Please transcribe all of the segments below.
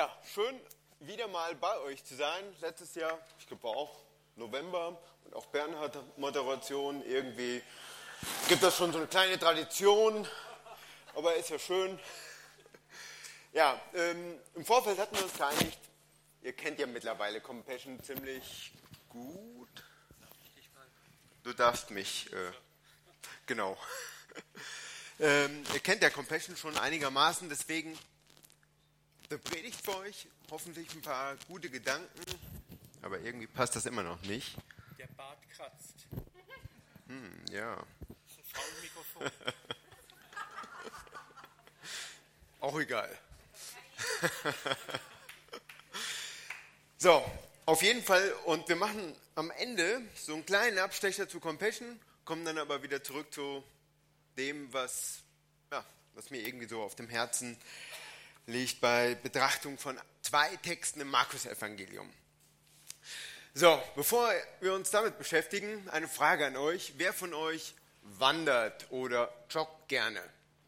Ja, schön wieder mal bei euch zu sein. Letztes Jahr, ich glaube auch November und auch Bernhard Moderation. Irgendwie gibt es schon so eine kleine Tradition, aber ist ja schön. Ja, im Vorfeld hatten wir uns geeinigt, ihr kennt ja mittlerweile Compassion ziemlich gut. Du darfst mich, genau. Ihr kennt ja Compassion schon einigermaßen, deswegen eine Predigt für euch, hoffentlich ein paar gute Gedanken, aber irgendwie passt das immer noch nicht. Der Bart kratzt. Ja. Das ist ein Frauenmikrofon. Auch egal. So, auf jeden Fall, und wir machen am Ende so einen kleinen Abstecher zu Compassion, kommen dann aber wieder zurück zu dem, was mir irgendwie so auf dem Herzen liegt bei Betrachtung von 2 Texten im Markus-Evangelium. So, bevor wir uns damit beschäftigen, eine Frage an euch. Wer von euch wandert oder joggt gerne?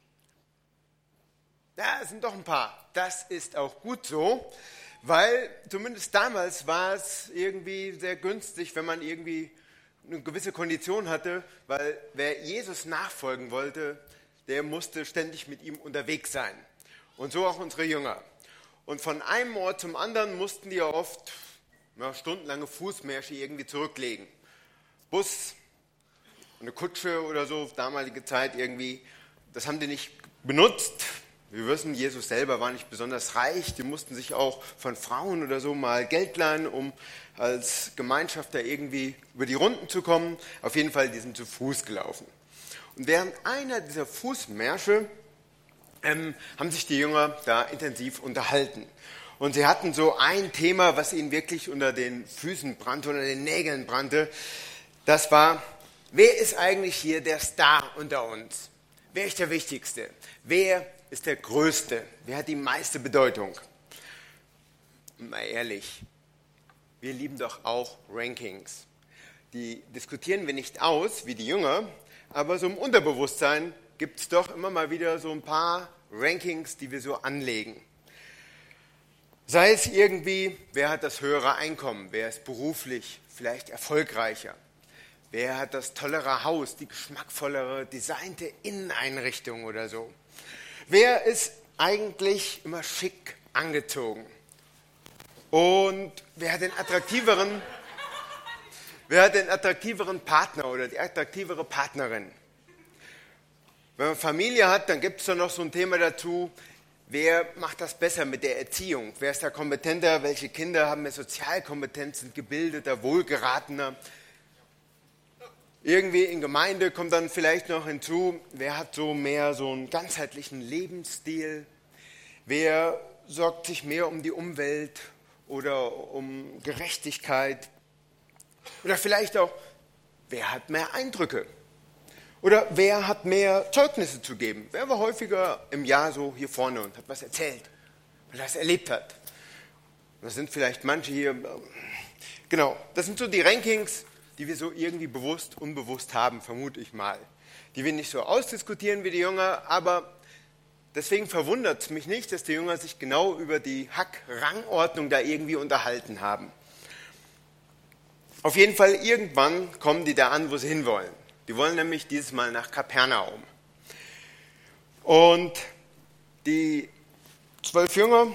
Ja, es sind doch ein paar. Das ist auch gut so, weil zumindest damals war es irgendwie sehr günstig, wenn man irgendwie eine gewisse Kondition hatte, weil wer Jesus nachfolgen wollte, der musste ständig mit ihm unterwegs sein. Und so auch unsere Jünger. Und von einem Ort zum anderen mussten die ja oft stundenlange Fußmärsche irgendwie zurücklegen. Bus, eine Kutsche oder so, damalige Zeit irgendwie, das haben die nicht benutzt. Wir wissen, Jesus selber war nicht besonders reich. Die mussten sich auch von Frauen oder so mal Geld leihen, um als Gemeinschaft da irgendwie über die Runden zu kommen. Auf jeden Fall, die sind zu Fuß gelaufen. Und während einer dieser Fußmärsche haben sich die Jünger da intensiv unterhalten. Und sie hatten so ein Thema, was ihnen wirklich unter den Füßen brannte, unter den Nägeln brannte. Das war, wer ist eigentlich hier der Star unter uns? Wer ist der Wichtigste? Wer ist der Größte? Wer hat die meiste Bedeutung? Mal ehrlich, wir lieben doch auch Rankings. Die diskutieren wir nicht aus, wie die Jünger, aber so im Unterbewusstsein gibt es doch immer mal wieder so ein paar Rankings, die wir so anlegen. Sei es irgendwie, wer hat das höhere Einkommen, wer ist beruflich vielleicht erfolgreicher, wer hat das tollere Haus, die geschmackvollere, designte Inneneinrichtung oder so. Wer ist eigentlich immer schick angezogen und wer hat den attraktiveren Partner oder die attraktivere Partnerin. Wenn man Familie hat, dann gibt es da noch so ein Thema dazu, wer macht das besser mit der Erziehung? Wer ist da kompetenter? Welche Kinder haben mehr Sozialkompetenz, sind gebildeter, wohlgeratener? Irgendwie in Gemeinde kommt dann vielleicht noch hinzu, wer hat so mehr so einen ganzheitlichen Lebensstil? Wer sorgt sich mehr um die Umwelt oder um Gerechtigkeit? Oder vielleicht auch, wer hat mehr Eindrücke? Oder wer hat mehr Zeugnisse zu geben? Wer war häufiger im Jahr so hier vorne und hat was erzählt, weil er es erlebt hat? Das sind vielleicht manche hier. Genau, das sind so die Rankings, die wir so irgendwie bewusst, unbewusst haben, vermute ich mal. Die wir nicht so ausdiskutieren wie die Jünger, aber deswegen verwundert es mich nicht, dass die Jünger sich genau über die Hack-Rangordnung da irgendwie unterhalten haben. Auf jeden Fall, irgendwann kommen die da an, wo sie hinwollen. Die wollen nämlich dieses Mal nach Kapernaum. Und die 12 Jünger,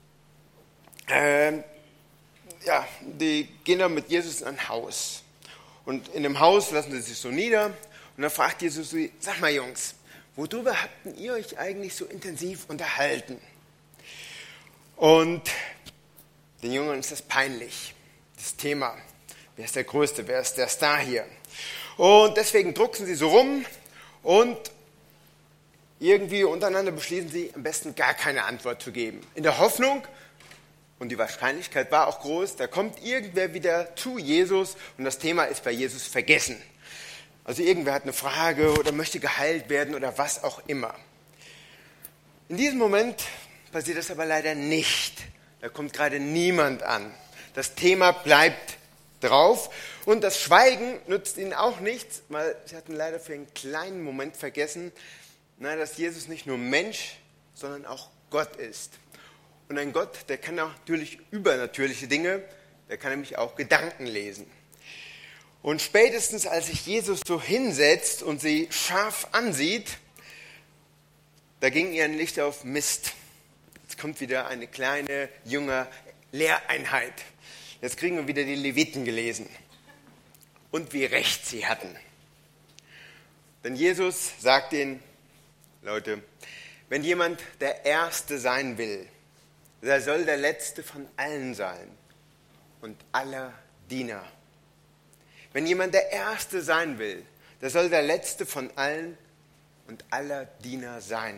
die gehen dann mit Jesus in ein Haus. Und in dem Haus lassen sie sich so nieder. Und dann fragt Jesus sie, sag mal Jungs, worüber habt ihr euch eigentlich so intensiv unterhalten? Und den Jüngern ist das peinlich, das Thema. Wer ist der Größte, wer ist der Star hier? Und deswegen drucksen sie so rum und irgendwie untereinander beschließen sie, am besten gar keine Antwort zu geben. In der Hoffnung, und die Wahrscheinlichkeit war auch groß, da kommt irgendwer wieder zu Jesus und das Thema ist bei Jesus vergessen. Also irgendwer hat eine Frage oder möchte geheilt werden oder was auch immer. In diesem Moment passiert das aber leider nicht. Da kommt gerade niemand an. Das Thema bleibt drauf und das Schweigen nützt ihnen auch nichts, weil sie hatten leider für einen kleinen Moment vergessen, dass Jesus nicht nur Mensch, sondern auch Gott ist. Und ein Gott, der kann natürlich übernatürliche Dinge, der kann nämlich auch Gedanken lesen. Und spätestens als sich Jesus so hinsetzt und sie scharf ansieht, da ging ihr ein Licht auf: Mist. Jetzt kommt wieder eine kleine, junge Lehreinheit. Jetzt kriegen wir wieder die Leviten gelesen. Und wie recht sie hatten. Denn Jesus sagt ihnen: Leute, wenn jemand der Erste sein will, der soll der Letzte von allen sein und aller Diener. Wenn jemand der Erste sein will, der soll der Letzte von allen und aller Diener sein.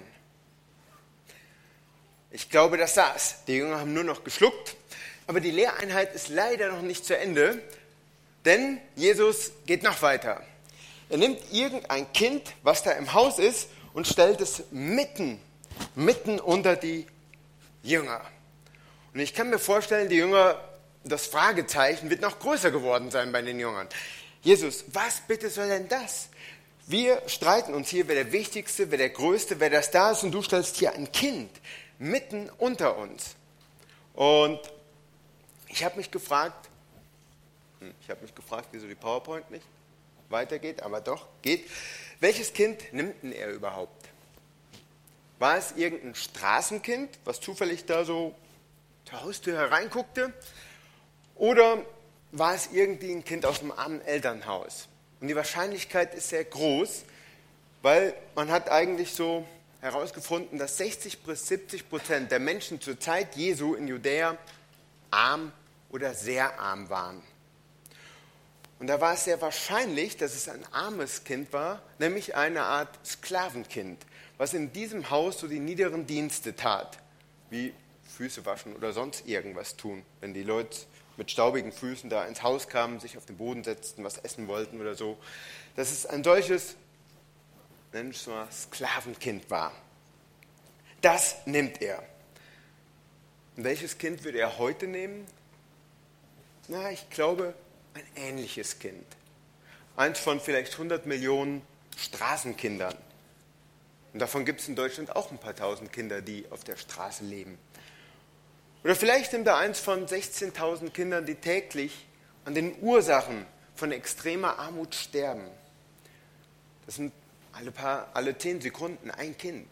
Ich glaube, das saß. Die Jünger haben nur noch geschluckt, aber die Lehreinheit ist leider noch nicht zu Ende, denn Jesus geht noch weiter. Er nimmt irgendein Kind, was da im Haus ist, und stellt es mitten unter die Jünger. Und ich kann mir vorstellen, die Jünger, das Fragezeichen wird noch größer geworden sein bei den Jüngern. Jesus, was bitte soll denn das? Wir streiten uns hier, wer der Wichtigste, wer der Größte, wer der Star ist, und du stellst hier ein Kind mitten unter uns. Und ich habe mich gefragt, wieso die PowerPoint nicht weitergeht, aber doch, geht. Welches Kind nimmt denn er überhaupt? War es irgendein Straßenkind, was zufällig da so zur Haustür hereinguckte? Oder war es irgendwie ein Kind aus einem armen Elternhaus? Und die Wahrscheinlichkeit ist sehr groß, weil man hat eigentlich so herausgefunden, dass 60-70% der Menschen zur Zeit Jesu in Judäa arm oder sehr arm waren. Und da war es sehr wahrscheinlich, dass es ein armes Kind war, nämlich eine Art Sklavenkind, was in diesem Haus so die niederen Dienste tat, wie Füße waschen oder sonst irgendwas tun, wenn die Leute mit staubigen Füßen da ins Haus kamen, sich auf den Boden setzten, was essen wollten oder so. Dass es ein solches, nennen wir es mal, Sklavenkind war. Das nimmt er. Und welches Kind würde er heute nehmen? Na, ich glaube, ein ähnliches Kind. Eins von vielleicht 100 Millionen Straßenkindern. Und davon gibt es in Deutschland auch ein paar tausend Kinder, die auf der Straße leben. Oder vielleicht nimmt er eins von 16.000 Kindern, die täglich an den Ursachen von extremer Armut sterben. Das sind alle 10 Sekunden ein Kind.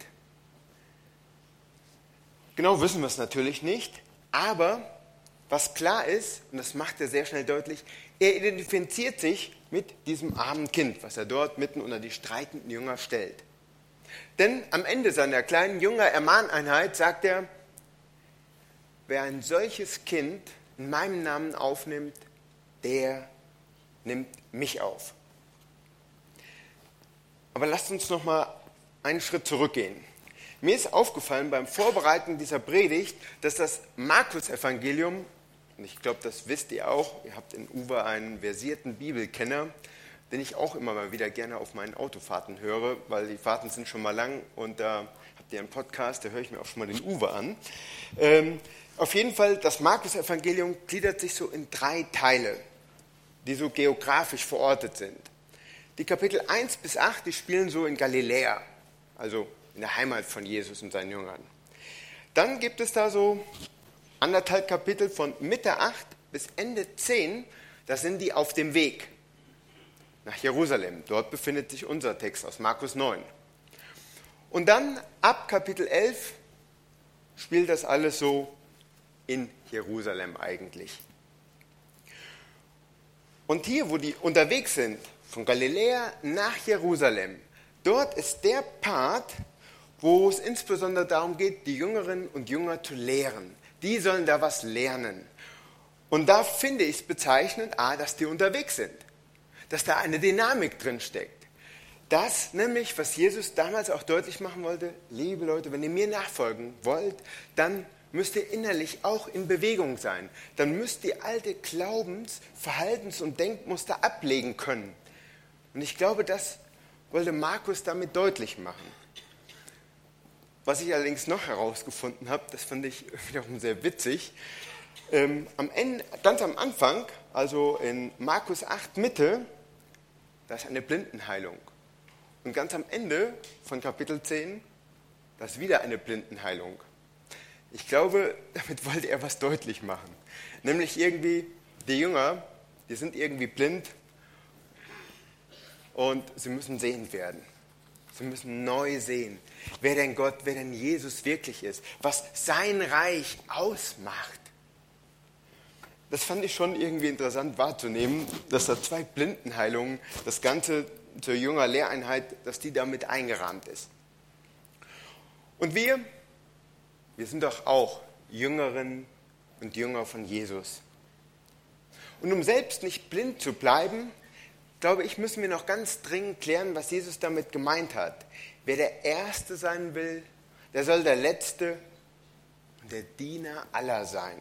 Genau wissen wir es natürlich nicht, aber was klar ist, und das macht er sehr schnell deutlich, er identifiziert sich mit diesem armen Kind, was er dort mitten unter die streitenden Jünger stellt. Denn am Ende seiner kleinen Jünger-Ermahneinheit sagt er: Wer ein solches Kind in meinem Namen aufnimmt, der nimmt mich auf. Aber lasst uns noch mal einen Schritt zurückgehen. Mir ist aufgefallen beim Vorbereiten dieser Predigt, dass das Markus-Evangelium, und ich glaube, das wisst ihr auch, ihr habt in Uwe einen versierten Bibelkenner, den ich auch immer mal wieder gerne auf meinen Autofahrten höre, weil die Fahrten sind schon mal lang und da habt ihr einen Podcast, da höre ich mir auch schon mal den Uwe an. Auf jeden Fall, das Markus-Evangelium gliedert sich so in 3 Teile, die so geografisch verortet sind. Die Kapitel 1 bis 8, die spielen so in Galiläa, also in der Heimat von Jesus und seinen Jüngern. Dann gibt es da so 1,5 Kapitel von Mitte 8 bis Ende 10, das sind die auf dem Weg nach Jerusalem. Dort befindet sich unser Text aus Markus 9. Und dann ab Kapitel 11 spielt das alles so in Jerusalem eigentlich. Und hier, wo die unterwegs sind, von Galiläa nach Jerusalem, dort ist der Part, wo es insbesondere darum geht, die Jüngerinnen und Jünger zu lehren. Die sollen da was lernen. Und da finde ich es bezeichnend, dass die unterwegs sind. Dass da eine Dynamik drin steckt. Das nämlich, was Jesus damals auch deutlich machen wollte: Liebe Leute, wenn ihr mir nachfolgen wollt, dann müsst ihr innerlich auch in Bewegung sein. Dann müsst ihr alte Glaubens-, Verhaltens- und Denkmuster ablegen können. Und ich glaube, das wollte Markus damit deutlich machen. Was ich allerdings noch herausgefunden habe, das fand ich wiederum sehr witzig. Ganz am Anfang, also in Markus 8 Mitte, da ist eine Blindenheilung. Und ganz am Ende von Kapitel 10, da ist wieder eine Blindenheilung. Ich glaube, damit wollte er was deutlich machen. Nämlich irgendwie, die Jünger, die sind irgendwie blind und sie müssen sehend werden. Sie müssen neu sehen, wer denn Gott, wer denn Jesus wirklich ist, was sein Reich ausmacht. Das fand ich schon irgendwie interessant wahrzunehmen, dass da 2 Blindenheilungen, das Ganze zur Jünger Lehreinheit, dass die damit eingerahmt ist. Und wir sind doch auch Jüngerinnen und Jünger von Jesus. Und um selbst nicht blind zu bleiben, glaube ich, müssen wir noch ganz dringend klären, was Jesus damit gemeint hat. Wer der Erste sein will, der soll der Letzte und der Diener aller sein.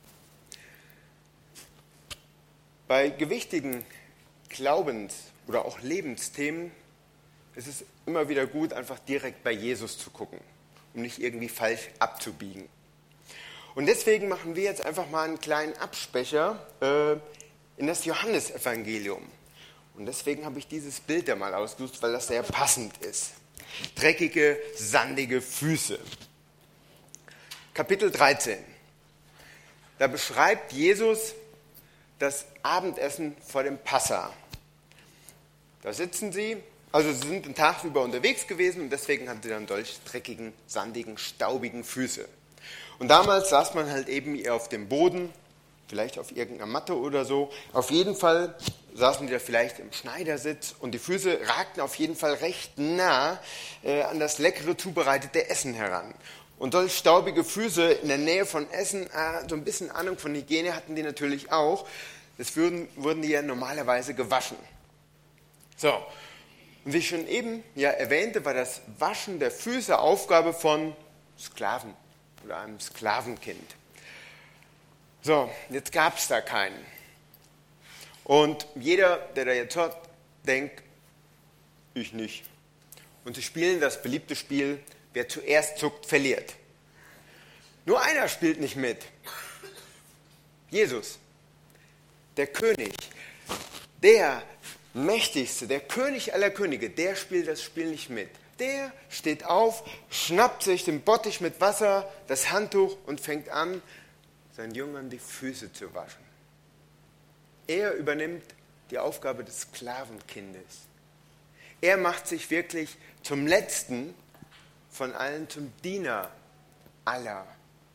Bei gewichtigen Glaubens- oder auch Lebensthemen ist es immer wieder gut, einfach direkt bei Jesus zu gucken, um nicht irgendwie falsch abzubiegen. Und deswegen machen wir jetzt einfach mal einen kleinen Abspecher in das Johannesevangelium. Und deswegen habe ich dieses Bild da mal ausgesucht, weil das sehr passend ist. Dreckige, sandige Füße. Kapitel 13. Da beschreibt Jesus das Abendessen vor dem Passa. Da sitzen sie, also sie sind den Tag über unterwegs gewesen und deswegen haben sie dann solch dreckigen, sandigen, staubigen Füße. Und damals saß man halt eben eher auf dem Boden, vielleicht auf irgendeiner Matte oder so. Auf jeden Fall saßen die da vielleicht im Schneidersitz und die Füße ragten auf jeden Fall recht nah an das leckere zubereitete Essen heran. Und solch staubige Füße in der Nähe von Essen, so ein bisschen Ahnung von Hygiene hatten die natürlich auch. Das wurden die ja normalerweise gewaschen. So, und wie ich schon eben ja erwähnte, war das Waschen der Füße Aufgabe von Sklaven oder einem Sklavenkind. So, jetzt gab es da keinen. Und jeder, der da jetzt hört, denkt, ich nicht. Und sie spielen das beliebte Spiel, wer zuerst zuckt, verliert. Nur einer spielt nicht mit. Jesus, der König, der Mächtigste, der König aller Könige, der spielt das Spiel nicht mit. Der steht auf, schnappt sich den Bottich mit Wasser, das Handtuch und fängt an, seinen Jüngern die Füße zu waschen. Er übernimmt die Aufgabe des Sklavenkindes. Er macht sich wirklich zum Letzten von allen, zum Diener aller.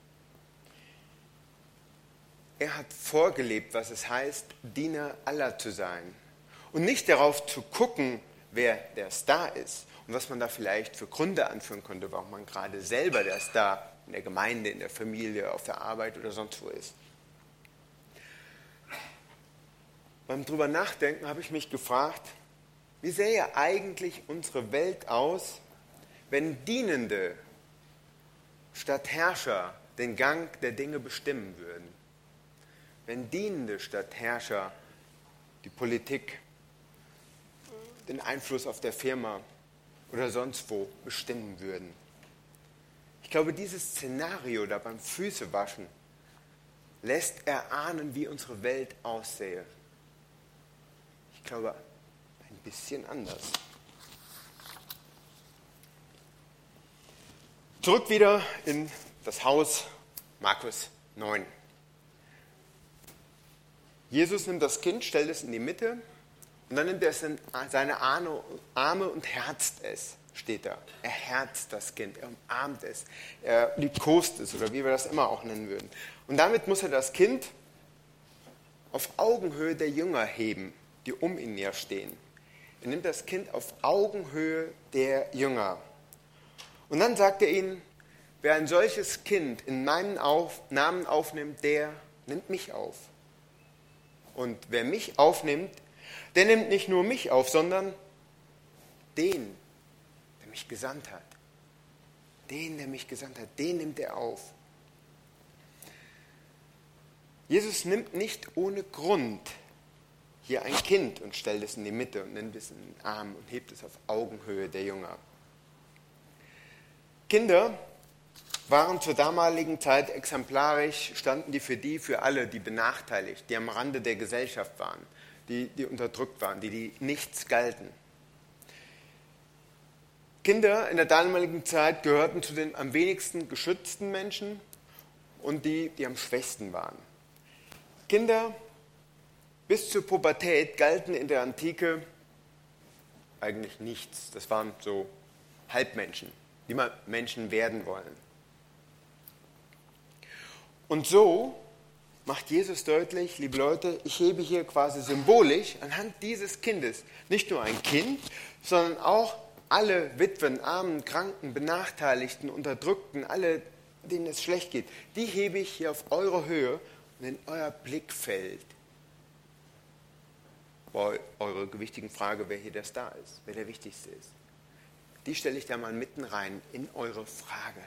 Er hat vorgelebt, was es heißt, Diener aller zu sein. Und nicht darauf zu gucken, wer der Star ist und was man da vielleicht für Gründe anführen könnte, warum man gerade selber der Star in der Gemeinde, in der Familie, auf der Arbeit oder sonst wo ist. Beim drüber nachdenken habe ich mich gefragt, wie sähe eigentlich unsere Welt aus, wenn Dienende statt Herrscher den Gang der Dinge bestimmen würden? Wenn Dienende statt Herrscher die Politik, den Einfluss auf der Firma oder sonst wo bestimmen würden. Ich glaube, dieses Szenario da beim Füßewaschen lässt erahnen, wie unsere Welt aussähe. Ich glaube, ein bisschen anders. Zurück wieder in das Haus, Markus 9. Jesus nimmt das Kind, stellt es in die Mitte und dann nimmt er es in seine Arme und herzt es, steht da. Er herzt das Kind, er umarmt es, er liebkost es oder wie wir das immer auch nennen würden. Und damit muss er das Kind auf Augenhöhe der Jünger heben, die um ihn her stehen. Er nimmt das Kind auf Augenhöhe der Jünger. Und dann sagt er ihnen, wer ein solches Kind in meinem Namen aufnimmt, der nimmt mich auf. Und wer mich aufnimmt, der nimmt nicht nur mich auf, sondern den, der mich gesandt hat. Den, der mich gesandt hat, den nimmt er auf. Jesus nimmt nicht ohne Grund hier ein Kind und stellt es in die Mitte und nimmt es in den Arm und hebt es auf Augenhöhe der Jünger. Kinder waren zur damaligen Zeit exemplarisch, standen die für alle, die benachteiligt, die am Rande der Gesellschaft waren, die unterdrückt waren, die nichts galten. Kinder in der damaligen Zeit gehörten zu den am wenigsten geschützten Menschen und die am schwächsten waren. Kinder bis zur Pubertät galten in der Antike eigentlich nichts. Das waren so Halbmenschen, die mal Menschen werden wollen. Und so macht Jesus deutlich, liebe Leute, ich hebe hier quasi symbolisch anhand dieses Kindes nicht nur ein Kind, sondern auch alle Witwen, Armen, Kranken, Benachteiligten, Unterdrückten, alle, denen es schlecht geht, die hebe ich hier auf eure Höhe und in euer Blickfeld. Eure gewichtigen Frage, wer hier der Star ist, wer der Wichtigste ist. Die stelle ich da mal mitten rein in eure Frage.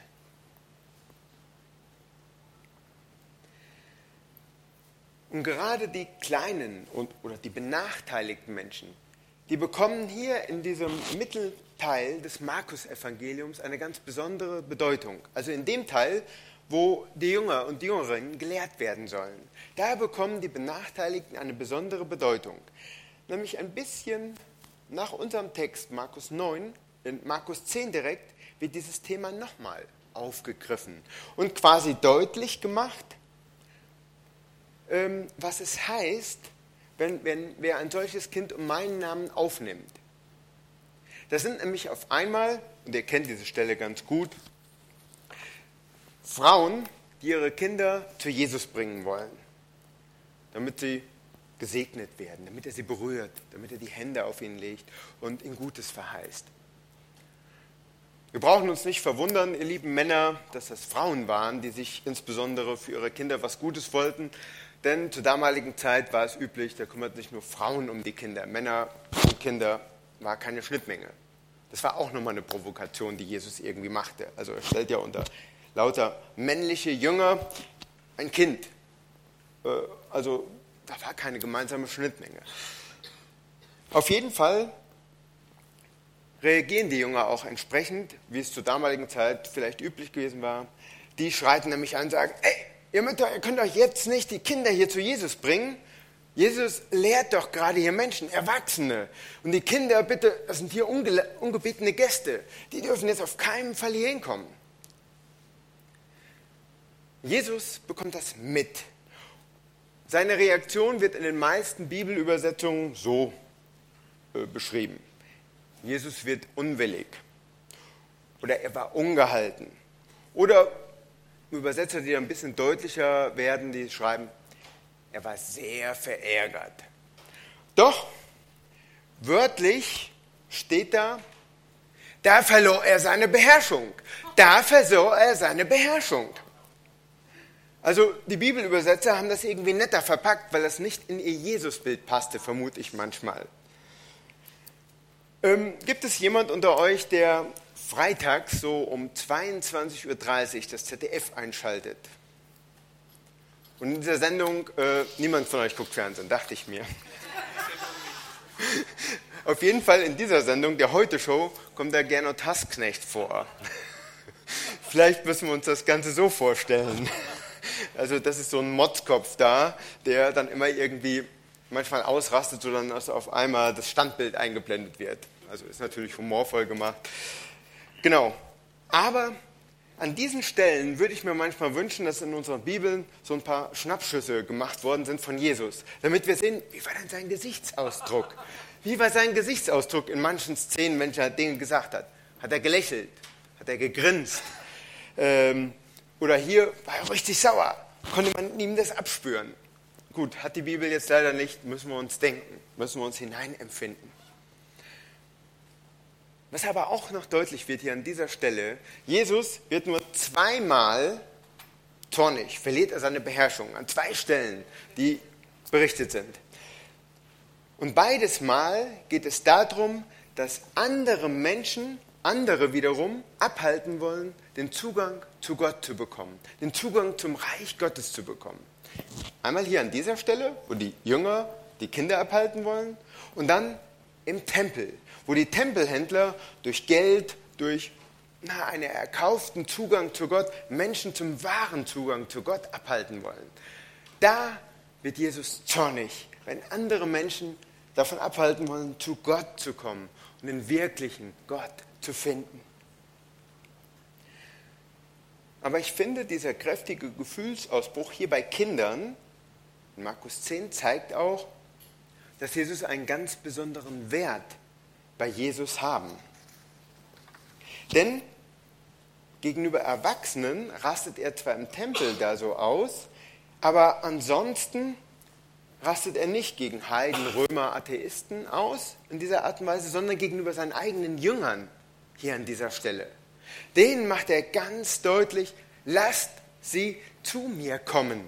Und gerade die kleinen oder die benachteiligten Menschen, die bekommen hier in diesem Mittelteil des Markus-Evangeliums eine ganz besondere Bedeutung. Also in dem Teil, wo die Jünger und die Jüngerinnen gelehrt werden sollen. Da bekommen die Benachteiligten eine besondere Bedeutung. Nämlich ein bisschen nach unserem Text, Markus 9, in Markus 10 direkt, wird dieses Thema nochmal aufgegriffen und quasi deutlich gemacht, was es heißt, wenn wer ein solches Kind um meinen Namen aufnimmt. Das sind nämlich auf einmal, und ihr kennt diese Stelle ganz gut, Frauen, die ihre Kinder zu Jesus bringen wollen, damit sie gesegnet werden, damit er sie berührt, damit er die Hände auf ihn legt und ihnen Gutes verheißt. Wir brauchen uns nicht verwundern, ihr lieben Männer, dass das Frauen waren, die sich insbesondere für ihre Kinder was Gutes wollten, denn zur damaligen Zeit war es üblich, da kümmerten sich nur Frauen um die Kinder. Männer und Kinder war keine Schnittmenge. Das war auch nochmal eine Provokation, die Jesus irgendwie machte. Also er stellt ja unter lauter männliche Jünger ein Kind. Also da war keine gemeinsame Schnittmenge. Auf jeden Fall reagieren die Jünger auch entsprechend, wie es zur damaligen Zeit vielleicht üblich gewesen war. Die schreiten nämlich an und sagen, ey, ihr könnt euch jetzt nicht die Kinder hier zu Jesus bringen. Jesus lehrt doch gerade hier Menschen, Erwachsene. Und die Kinder, bitte, das sind hier ungebetene Gäste. Die dürfen jetzt auf keinen Fall hier hinkommen. Jesus bekommt das mit. Seine Reaktion wird in den meisten Bibelübersetzungen so beschrieben. Jesus wird unwillig. Oder er war ungehalten. Oder Übersetzer, die ein bisschen deutlicher werden, die schreiben, er war sehr verärgert. Doch, wörtlich steht da verlor er seine Beherrschung. Da verlor er seine Beherrschung. Also die Bibelübersetzer haben das irgendwie netter verpackt, weil das nicht in ihr Jesusbild passte, vermute ich manchmal. Gibt es jemand unter euch, der freitags so um 22:30 Uhr das ZDF einschaltet? Und in dieser Sendung, niemand von euch guckt Fernsehen, dachte ich mir. Auf jeden Fall in dieser Sendung, der Heute-Show, kommt der Gernot Hassknecht vor. Vielleicht müssen wir uns das Ganze so vorstellen. Also das ist so ein Motzkopf da, der dann immer irgendwie manchmal ausrastet, sodass auf einmal das Standbild eingeblendet wird. Also ist natürlich humorvoll gemacht. Genau. Aber an diesen Stellen würde ich mir manchmal wünschen, dass in unseren Bibeln so ein paar Schnappschüsse gemacht worden sind von Jesus, damit wir sehen, wie war denn sein Gesichtsausdruck? Wie war sein Gesichtsausdruck in manchen Szenen, wenn er Dinge gesagt hat? Hat er gelächelt? Hat er gegrinst? Oder hier war er richtig sauer. Konnte man ihm das abspüren? Gut, hat die Bibel jetzt leider nicht, müssen wir uns denken, müssen wir uns hineinempfinden. Was aber auch noch deutlich wird hier an dieser Stelle, Jesus wird nur zweimal zornig, verliert er seine Beherrschung, an 2 Stellen, die berichtet sind. Und beides Mal geht es darum, dass andere Menschen, andere wiederum, abhalten wollen, den Zugang zu Gott zu bekommen, den Zugang zum Reich Gottes zu bekommen. Einmal hier an dieser Stelle, wo die Jünger die Kinder abhalten wollen, und dann im Tempel, wo die Tempelhändler durch Geld, durch einen erkauften Zugang zu Gott, Menschen zum wahren Zugang zu Gott abhalten wollen. Da wird Jesus zornig, wenn andere Menschen davon abhalten wollen, zu Gott zu kommen und den wirklichen Gott zu finden. Aber ich finde, dieser kräftige Gefühlsausbruch hier bei Kindern, in Markus 10, zeigt auch, dass Jesus einen ganz besonderen Wert bei Jesus haben. Denn gegenüber Erwachsenen rastet er zwar im Tempel da so aus, aber ansonsten rastet er nicht gegen Heiden, Römer, Atheisten aus in dieser Art und Weise, sondern gegenüber seinen eigenen Jüngern hier an dieser Stelle. Denen macht er ganz deutlich, lasst sie zu mir kommen.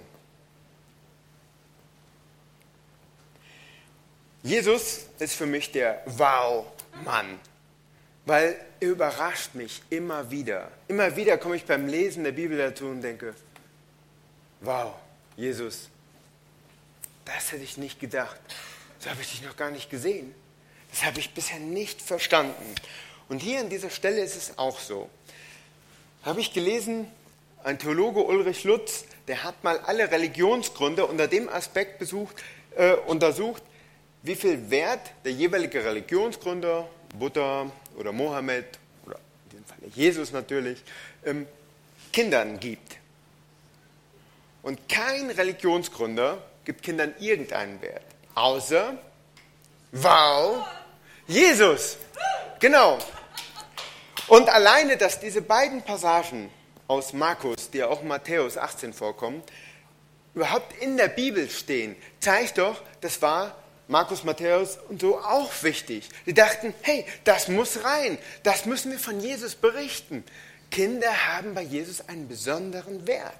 Jesus ist für mich der Wow-Mann, weil er überrascht mich immer wieder. Immer wieder komme ich beim Lesen der Bibel dazu und denke, wow, Jesus, das hätte ich nicht gedacht. So habe ich dich noch gar nicht gesehen. Das habe ich bisher nicht verstanden. Und hier an dieser Stelle ist es auch so. Habe ich gelesen, ein Theologe Ulrich Lutz, der hat mal alle Religionsgründe unter dem Aspekt untersucht, wie viel Wert der jeweilige Religionsgründer, Buddha oder Mohammed, oder in dem Fall Jesus natürlich, Kindern gibt. Und kein Religionsgründer gibt Kindern irgendeinen Wert, außer, wow, Jesus. Genau. Und alleine, dass diese beiden Passagen aus Markus, die ja auch in Matthäus 18 vorkommen, überhaupt in der Bibel stehen, zeigt doch, das war Markus, Matthäus und so auch wichtig. Die dachten, hey, das muss rein, das müssen wir von Jesus berichten. Kinder haben bei Jesus einen besonderen Wert.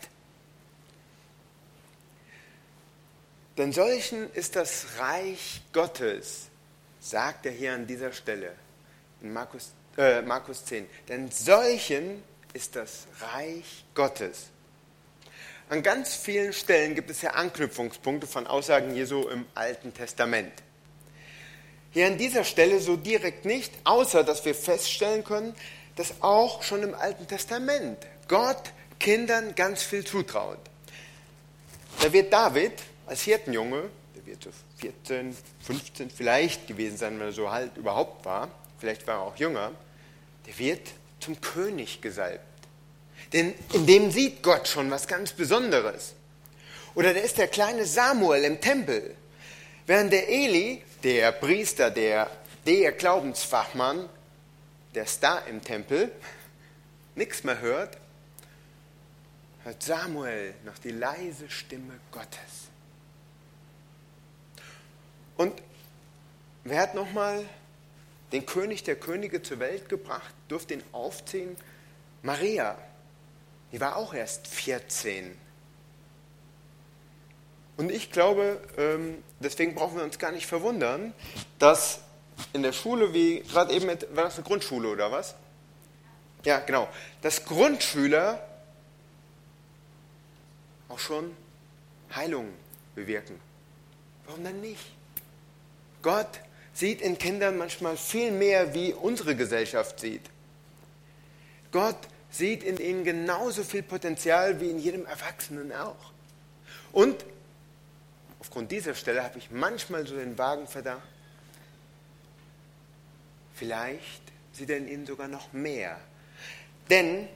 Denn solchen ist das Reich Gottes, sagt er hier an dieser Stelle in Markus 10. Denn solchen ist das Reich Gottes. An ganz vielen Stellen gibt es ja Anknüpfungspunkte von Aussagen Jesu im Alten Testament. Hier an dieser Stelle so direkt nicht, außer dass wir feststellen können, dass auch schon im Alten Testament Gott Kindern ganz viel zutraut. Da wird David als Hirtenjunge, der wird so 14, 15 vielleicht gewesen sein, wenn er so halt überhaupt war, vielleicht war er auch jünger, der wird zum König gesalbt. Denn in dem sieht Gott schon was ganz Besonderes. Oder da ist der kleine Samuel im Tempel. Während der Eli, der Priester, der Glaubensfachmann, der Star im Tempel, nichts mehr hört, hört Samuel noch die leise Stimme Gottes. Und wer hat nochmal den König der Könige zur Welt gebracht, durfte ihn aufziehen? Maria. Die war auch erst 14. Und ich glaube, deswegen brauchen wir uns gar nicht verwundern, dass in der Schule, wie gerade eben, war das eine Grundschule oder was? Ja, genau. Dass Grundschüler auch schon Heilung bewirken. Warum dann nicht? Gott sieht in Kindern manchmal viel mehr, wie unsere Gesellschaft sieht. Gott sieht in ihnen genauso viel Potenzial wie in jedem Erwachsenen auch. Und aufgrund dieser Stelle habe ich manchmal so den vagen Verdacht, vielleicht sieht er in ihnen sogar noch mehr. Denn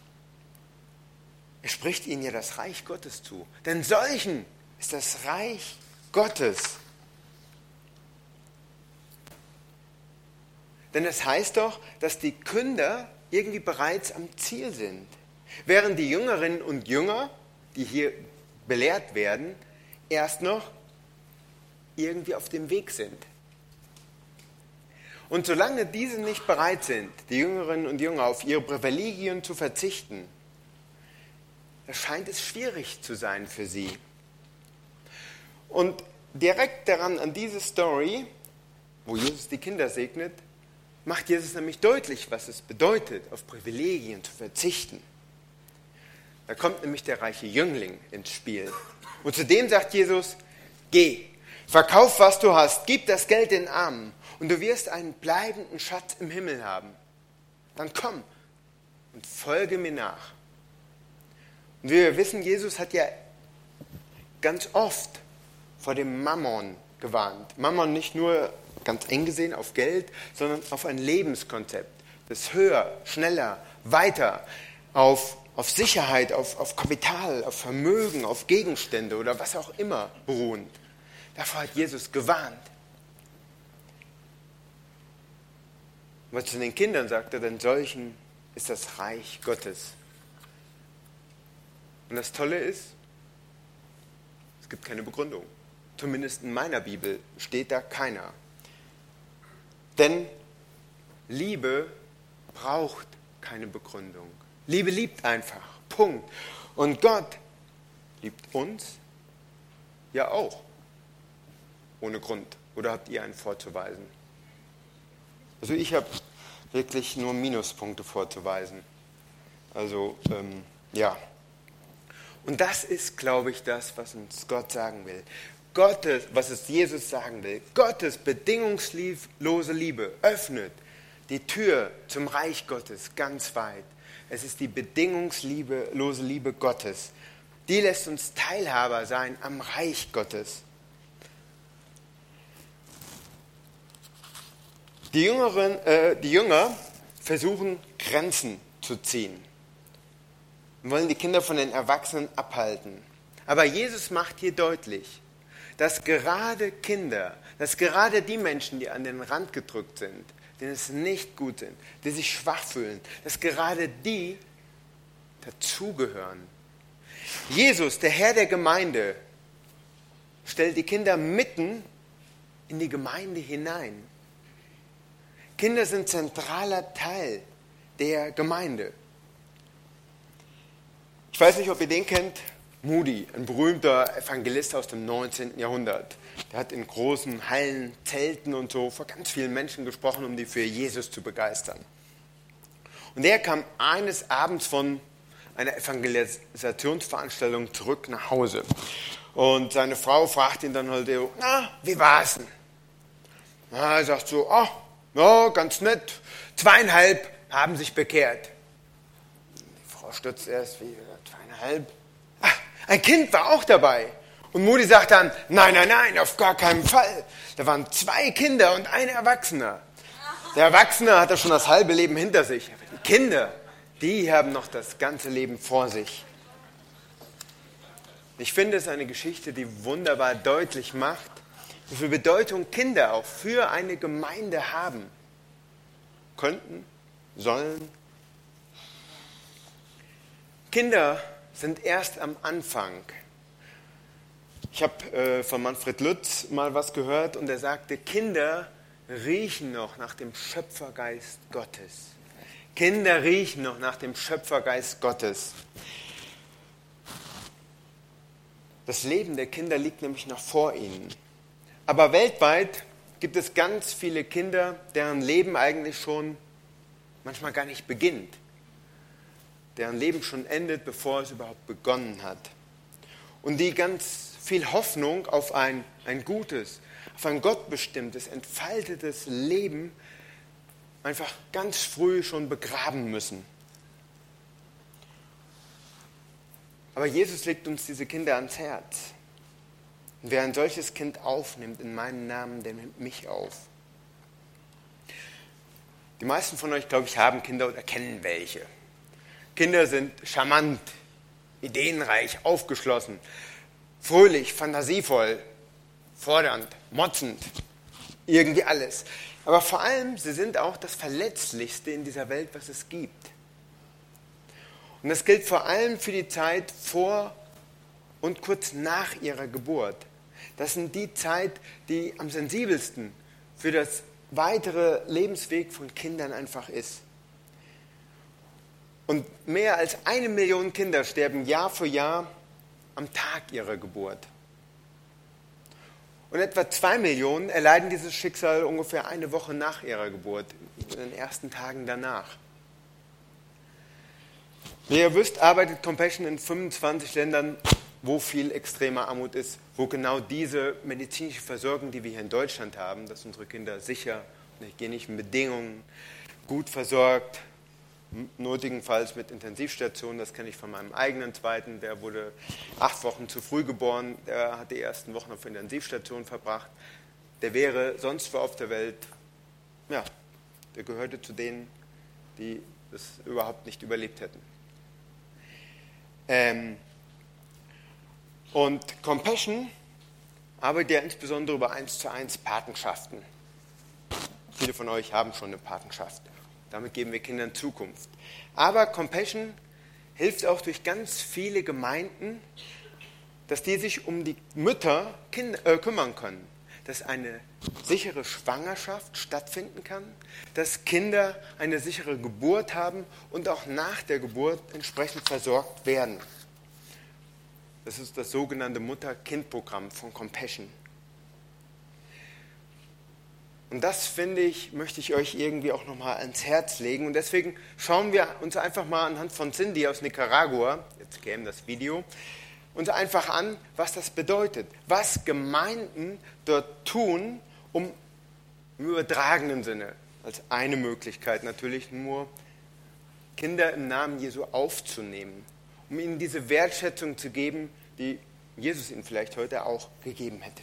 er spricht ihnen ja das Reich Gottes zu. Denn solchen ist das Reich Gottes. Denn es heißt doch, dass die Kinder irgendwie bereits am Ziel sind. Während die Jüngerinnen und Jünger, die hier belehrt werden, erst noch irgendwie auf dem Weg sind. Und solange diese nicht bereit sind, die Jüngerinnen und Jünger auf ihre Privilegien zu verzichten, scheint es schwierig zu sein für sie. Und direkt daran an diese Story, wo Jesus die Kinder segnet, macht Jesus nämlich deutlich, was es bedeutet, auf Privilegien zu verzichten. Da kommt nämlich der reiche Jüngling ins Spiel. Und zu dem sagt Jesus, geh, verkauf, was du hast, gib das Geld den Armen und du wirst einen bleibenden Schatz im Himmel haben. Dann komm und folge mir nach. Und wie wir wissen, Jesus hat ja ganz oft vor dem Mammon gewarnt. Mammon nicht nur ganz eng gesehen auf Geld, sondern auf ein Lebenskonzept, das höher, schneller, weiter, auf auf Sicherheit, auf Kapital, auf Vermögen, auf Gegenstände oder was auch immer beruhen. Davor hat Jesus gewarnt. Was zu den Kindern sagte, denn solchen ist das Reich Gottes. Und das Tolle ist, es gibt keine Begründung. Zumindest in meiner Bibel steht da keiner. Denn Liebe braucht keine Begründung. Liebe liebt einfach. Punkt. Und Gott liebt uns ja auch. Ohne Grund. Oder habt ihr einen vorzuweisen? Also ich habe wirklich nur Minuspunkte vorzuweisen. Also, ja. Und das ist, glaube ich, das, was uns Gott sagen will. Was es Jesus sagen will. Gottes bedingungslose Liebe öffnet die Tür zum Reich Gottes ganz weit. Es ist die bedingungslose Liebe Gottes. Die lässt uns Teilhaber sein am Reich Gottes. Die Jünger versuchen, Grenzen zu ziehen und wollen die Kinder von den Erwachsenen abhalten. Aber Jesus macht hier deutlich, dass gerade Kinder, dass gerade die Menschen, die an den Rand gedrückt sind, denen es nicht gut sind, die sich schwach fühlen, dass gerade die dazugehören. Jesus, der Herr der Gemeinde, stellt die Kinder mitten in die Gemeinde hinein. Kinder sind zentraler Teil der Gemeinde. Ich weiß nicht, ob ihr den kennt. Moody, ein berühmter Evangelist aus dem 19. Jahrhundert. Der hat in großen Hallen, Zelten und so vor ganz vielen Menschen gesprochen, um die für Jesus zu begeistern. Und er kam eines Abends von einer Evangelisationsveranstaltung zurück nach Hause. Und seine Frau fragt ihn dann halt, na, wie war's denn? Na, er sagt so, ja, ganz nett, 2,5 haben sich bekehrt. Die Frau stutzt erst, wie 2,5? Ein Kind war auch dabei. Und Moody sagt dann, nein, auf gar keinen Fall. Da waren 2 Kinder und ein Erwachsener. Der Erwachsene hat ja schon das halbe Leben hinter sich. Aber die Kinder, die haben noch das ganze Leben vor sich. Ich finde es eine Geschichte, die wunderbar deutlich macht, wie viel Bedeutung Kinder auch für eine Gemeinde haben. Könnten, sollen. Kinder sind erst am Anfang. Ich habe von Manfred Lütz mal was gehört und er sagte, Kinder riechen noch nach dem Schöpfergeist Gottes. Kinder riechen noch nach dem Schöpfergeist Gottes. Das Leben der Kinder liegt nämlich noch vor ihnen. Aber weltweit gibt es ganz viele Kinder, deren Leben eigentlich schon manchmal gar nicht beginnt. Deren Leben schon endet, bevor es überhaupt begonnen hat. Und die ganz viel Hoffnung auf ein gutes, auf ein gottbestimmtes, entfaltetes Leben einfach ganz früh schon begraben müssen. Aber Jesus legt uns diese Kinder ans Herz. Und wer ein solches Kind aufnimmt in meinen Namen, der nimmt mich auf. Die meisten von euch, glaube ich, haben Kinder oder kennen welche. Kinder sind charmant, ideenreich, aufgeschlossen, fröhlich, fantasievoll, fordernd, motzend, irgendwie alles. Aber vor allem, sie sind auch das Verletzlichste in dieser Welt, was es gibt. Und das gilt vor allem für die Zeit vor und kurz nach ihrer Geburt. Das sind die Zeit, die am sensibelsten für das weitere Lebensweg von Kindern einfach ist. Und mehr als 1 Million Kinder sterben Jahr für Jahr am Tag ihrer Geburt. Und etwa 2 Millionen erleiden dieses Schicksal ungefähr eine Woche nach ihrer Geburt, in den ersten Tagen danach. Wie ihr wisst, arbeitet Compassion in 25 Ländern, wo viel extreme Armut ist, wo genau diese medizinische Versorgung, die wir hier in Deutschland haben, dass unsere Kinder sicher und hygienischen Bedingungen gut versorgt, nötigenfalls mit Intensivstationen, das kenne ich von meinem eigenen Zweiten, der wurde 8 Wochen zu früh geboren, der hat die ersten Wochen auf Intensivstationen verbracht, der wäre sonst wo auf der Welt, ja, der gehörte zu denen, die es überhaupt nicht überlebt hätten. Und Compassion arbeitet ja insbesondere über 1:1 Patenschaften. Viele von euch haben schon eine Patenschaft. Damit geben wir Kindern Zukunft. Aber Compassion hilft auch durch ganz viele Gemeinden, dass die sich um die Mütter kümmern können. Dass eine sichere Schwangerschaft stattfinden kann, dass Kinder eine sichere Geburt haben und auch nach der Geburt entsprechend versorgt werden. Das ist das sogenannte Mutter-Kind-Programm von Compassion. Und das, finde ich, möchte ich euch irgendwie auch nochmal ans Herz legen. Und deswegen schauen wir uns einfach mal anhand von Cindy aus Nicaragua, jetzt käme das Video, uns einfach an, was das bedeutet. Was Gemeinden dort tun, um im übertragenen Sinne, als eine Möglichkeit natürlich nur, Kinder im Namen Jesu aufzunehmen, um ihnen diese Wertschätzung zu geben, die Jesus ihnen vielleicht heute auch gegeben hätte.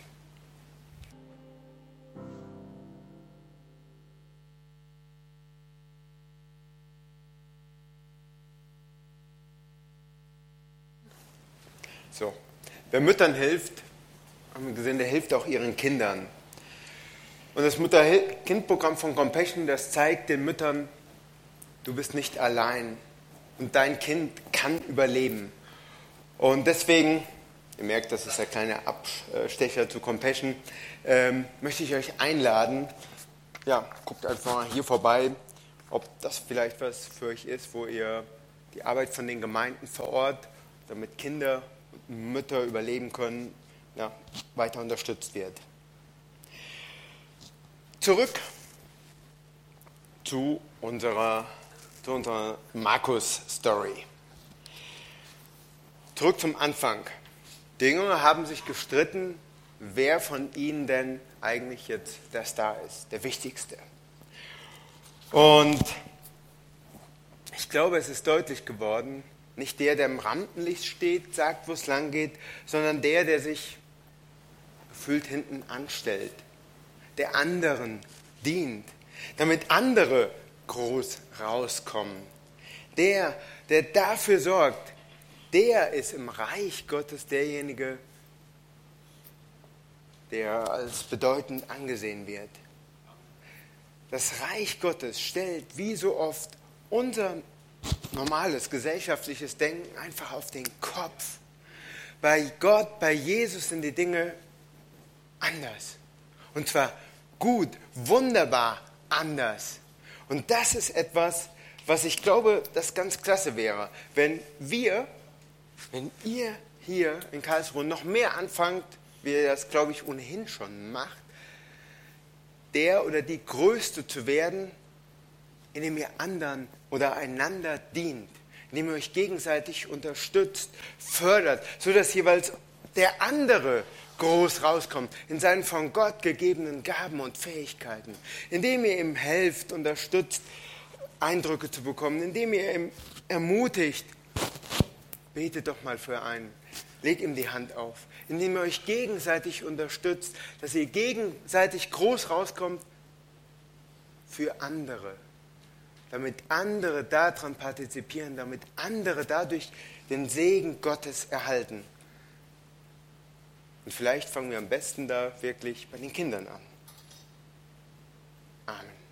So, wer Müttern hilft, haben wir gesehen, der hilft auch ihren Kindern. Und das Mutter-Kind-Programm von Compassion, das zeigt den Müttern, du bist nicht allein und dein Kind kann überleben. Und deswegen, ihr merkt, das ist der kleine Abstecher zu Compassion, möchte ich euch einladen, ja, guckt einfach mal hier vorbei, ob das vielleicht was für euch ist, wo ihr die Arbeit von den Gemeinden vor Ort, damit Kinder und Mütter überleben können, ja, weiter unterstützt wird. Zurück zu unserer Markus-Story. Zurück zum Anfang. Die Jünger haben sich gestritten, wer von ihnen denn eigentlich jetzt der Star ist, der Wichtigste. Und ich glaube, es ist deutlich geworden, nicht der im Rampenlicht steht, sagt, wo es lang geht, sondern der sich gefühlt hinten anstellt, der anderen dient, damit andere groß rauskommen. Der dafür sorgt, der ist im Reich Gottes derjenige, der als bedeutend angesehen wird. Das Reich Gottes stellt wie so oft unser normales gesellschaftliches Denken einfach auf den Kopf. Bei Gott, bei Jesus sind die Dinge anders. Und zwar gut, wunderbar anders. Und das ist etwas, was ich glaube, das ganz klasse wäre, wenn ihr hier in Karlsruhe noch mehr anfangt, wie ihr das, glaube ich, ohnehin schon macht, der oder die Größte zu werden, indem ihr anderen oder einander dient, indem ihr euch gegenseitig unterstützt, fördert, sodass jeweils der andere groß rauskommt in seinen von Gott gegebenen Gaben und Fähigkeiten, indem ihr ihm helft, unterstützt, Eindrücke zu bekommen, indem ihr ihm ermutigt, betet doch mal für einen, legt ihm die Hand auf, indem ihr euch gegenseitig unterstützt, dass ihr gegenseitig groß rauskommt für andere, damit andere daran partizipieren, damit andere dadurch den Segen Gottes erhalten. Und vielleicht fangen wir am besten da wirklich bei den Kindern an. Amen.